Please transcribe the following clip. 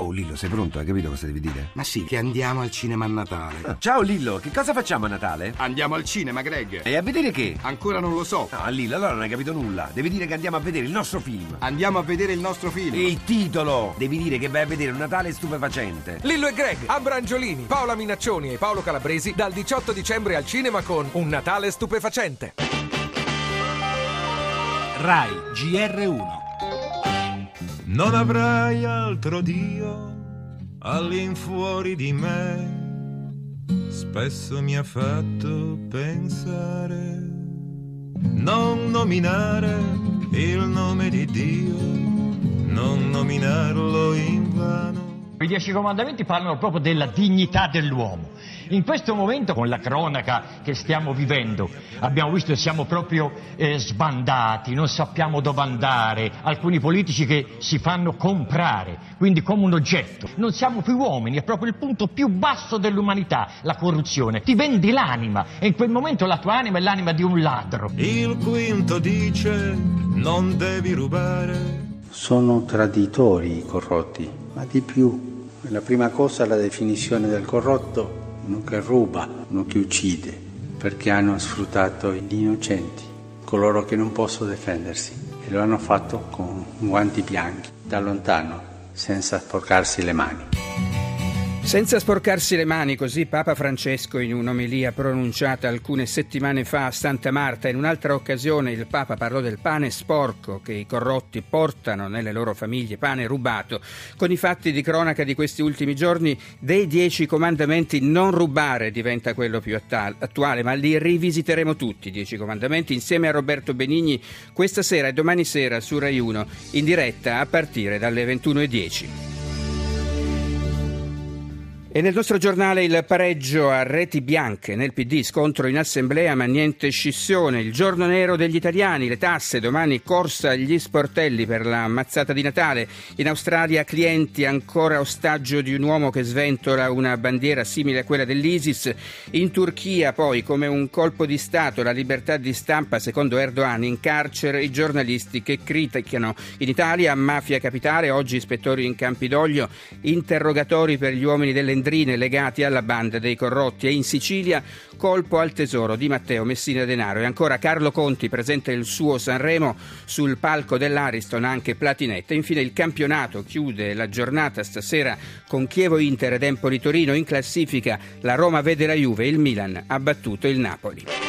Oh Lillo, sei pronto? Hai capito cosa devi dire? Ma sì, che andiamo al cinema a Natale. Ciao Lillo, che cosa facciamo a Natale? Andiamo al cinema, Greg. E a vedere che? Ancora non lo so. No, Lillo, allora non hai capito nulla. Devi dire che andiamo a vedere il nostro film. Andiamo a vedere il nostro film. Il titolo! Devi dire che vai a vedere un Natale stupefacente. Lillo e Greg, Abrangiolini, Paola Minaccioni e Paolo Calabresi dal 18 dicembre al cinema con Un Natale stupefacente. Rai GR1. Non avrai altro Dio all'infuori di me, spesso mi ha fatto pensare, non nominare il nome di Dio, non nominarlo invano. I 10 comandamenti parlano proprio della dignità dell'uomo. In questo momento, con la cronaca che stiamo vivendo, abbiamo visto che siamo proprio sbandati, non sappiamo dove andare, alcuni politici che si fanno comprare, quindi come un oggetto. Non siamo più uomini, è proprio il punto più basso dell'umanità, la corruzione. Ti vendi l'anima e in quel momento la tua anima è l'anima di un ladro. Il quinto dice non devi rubare. Sono traditori i corrotti, ma di più. La prima cosa, la definizione del corrotto, uno che ruba, uno che uccide, perché hanno sfruttato gli innocenti, coloro che non possono difendersi, e lo hanno fatto con guanti bianchi, da lontano, senza sporcarsi le mani. Senza sporcarsi le mani, così Papa Francesco in un'omelia pronunciata alcune settimane fa a Santa Marta. In un'altra occasione il Papa parlò del pane sporco che i corrotti portano nelle loro famiglie, pane rubato. Con i fatti di cronaca di questi ultimi giorni, dei 10 comandamenti non rubare diventa quello più attuale, ma li rivisiteremo tutti, 10 comandamenti, insieme a Roberto Benigni questa sera e domani sera su Rai 1, in diretta a partire dalle 21:10. E nel nostro giornale il pareggio a reti bianche nel PD, scontro in assemblea ma niente scissione, il giorno nero degli italiani, le tasse, domani corsa agli sportelli per la mazzata di Natale, in Australia clienti ancora ostaggio di un uomo che sventola una bandiera simile a quella dell'ISIS, in Turchia poi come un colpo di Stato la libertà di stampa secondo Erdogan, in carcere i giornalisti che criticano, in Italia mafia capitale, oggi ispettori in Campidoglio, interrogatori per gli uomini delle legati alla banda dei corrotti, e in Sicilia colpo al tesoro di Matteo Messina Denaro. E ancora Carlo Conti presenta il suo Sanremo, sul palco dell'Ariston anche Platinetta. Infine il campionato chiude la giornata stasera con Chievo Inter ed Empoli Torino. In classifica la Roma vede la Juve, il Milan ha battuto il Napoli.